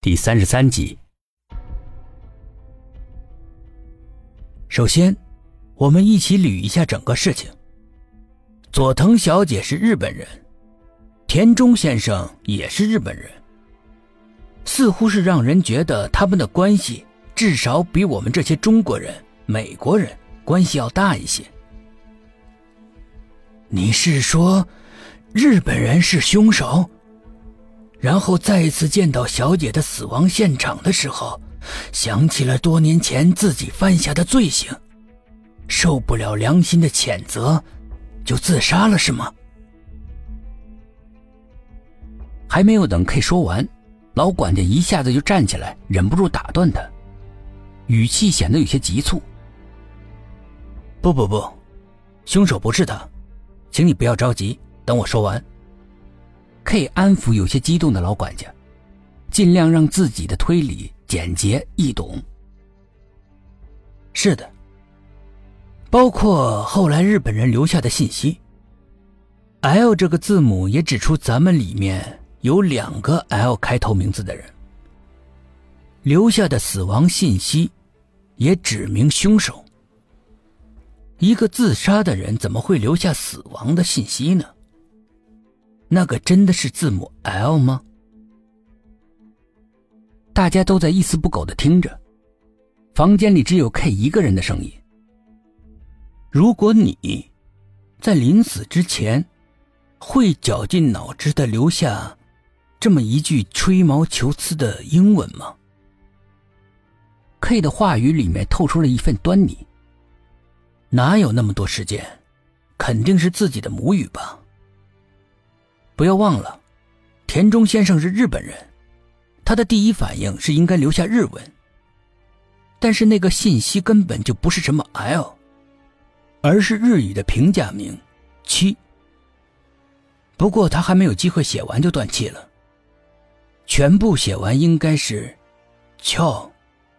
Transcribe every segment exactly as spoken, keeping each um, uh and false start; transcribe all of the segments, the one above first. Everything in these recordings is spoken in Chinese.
第三十三集。 首先，我们一起捋一下整个事情。佐藤小姐是日本人，田中先生也是日本人，似乎是让人觉得他们的关系至少比我们这些中国人、美国人关系要大一些。你是说日本人是凶手？然后再一次见到小姐的死亡现场的时候，想起了多年前自己犯下的罪行，受不了良心的谴责，就自杀了是吗？ 还没有等 K 说完，老管家一下子就站起来，忍不住打断他，语气显得有些急促。 不不不，凶手不是他，请你不要着急，等我说完。 K 安抚有些激动的老管家，尽量让自己的推理简洁易懂。 是的，包括后来日本人留下的信息。L 这个字母也指出咱们里面有两个 L 开头名字的人，留下的死亡信息也指明凶手。一个自杀的人怎么会留下死亡的信息呢？那个真的是字母 L 吗？ 大家都在一丝不苟地听着，房间里只有 K 一个人的声音。 如果你在临死之前会绞尽脑汁地留下这么一句吹毛求疵的英文吗？ K 的话语里面透出了一份端倪。 哪有那么多时间，肯定是自己的母语吧。不要忘了，田中先生是日本人，他的第一反应是应该留下日文，但是那个信息根本就不是什么 L， 而是日语的平假名七。不过他还没有机会写完就断气了，全部写完应该是翘。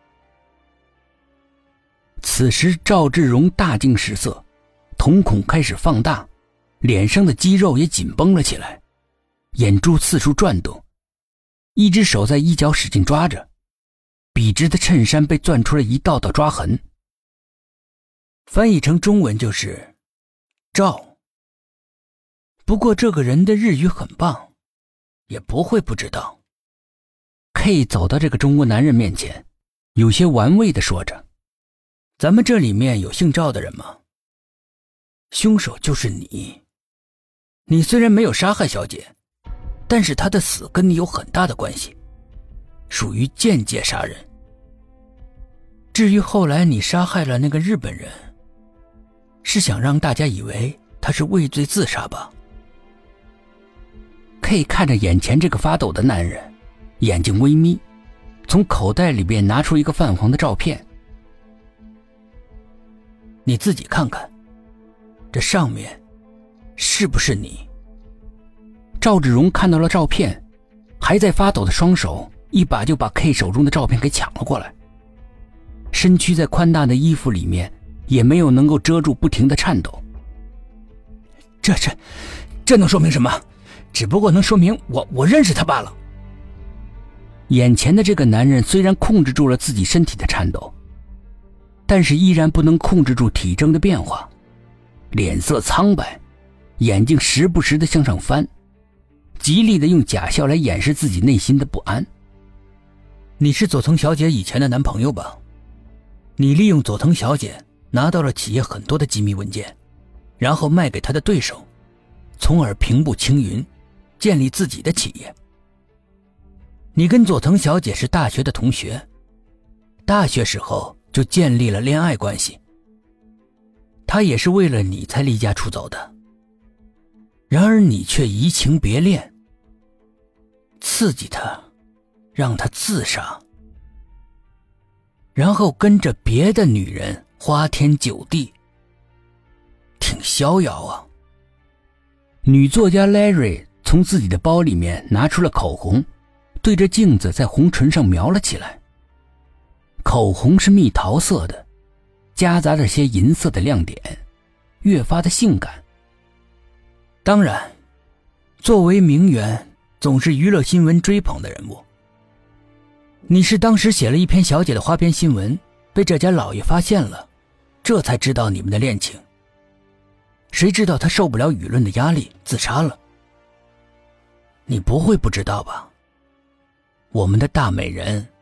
此时赵志荣大惊失色，瞳孔开始放大，脸上的肌肉也紧绷了起来，眼珠四处转动，一只手在衣角使劲抓着，笔直的衬衫被攥出了一道道抓痕。 翻译成中文就是赵。不过这个人的日语很棒，也不会不知道。 K 走到这个中国男人面前，有些玩味地说着， 咱们这里面有姓赵的人吗？凶手就是你。你虽然没有杀害小姐，但是她的死跟你有很大的关系，属于间接杀人。至于后来你杀害了那个日本人，是想让大家以为他是畏罪自杀吧？ K 看着眼前这个发抖的男人，眼睛微眯，从口袋里边拿出一个泛黄的照片。 你自己看看，这上面是不是你？ 赵志荣看到了照片，还在发抖的双手一把就把 K 手中的照片给抢了过来，身躯在宽大的衣服里面也没有能够遮住不停的颤抖。 这这这能说明什么？只不过能说明我我认识他罢了。 眼前的这个男人虽然控制住了自己身体的颤抖，但是依然不能控制住体征的变化，脸色苍白，眼睛时不时地向上翻，极力地用假笑来掩饰自己内心的不安。 你是佐藤小姐以前的男朋友吧？你利用佐藤小姐拿到了企业很多的机密文件，然后卖给她的对手，从而平步青云，建立自己的企业。你跟佐藤小姐是大学的同学，大学时候就建立了恋爱关系，她也是为了你才离家出走的。然而你却移情别恋，刺激她，让她自杀，然后跟着别的女人花天酒地，挺逍遥啊。 女作家 Larry 从自己的包里面拿出了口红，对着镜子在红唇上描了起来。口红是蜜桃色的，夹杂着些银色的亮点，越发的性感。 当然，作为名媛，总是娱乐新闻追捧的人物。 你是当时写了一篇小姐的花边新闻，被这家老爷发现了，这才知道你们的恋情。谁知道他受不了舆论的压力，自杀了。你不会不知道吧？我们的大美人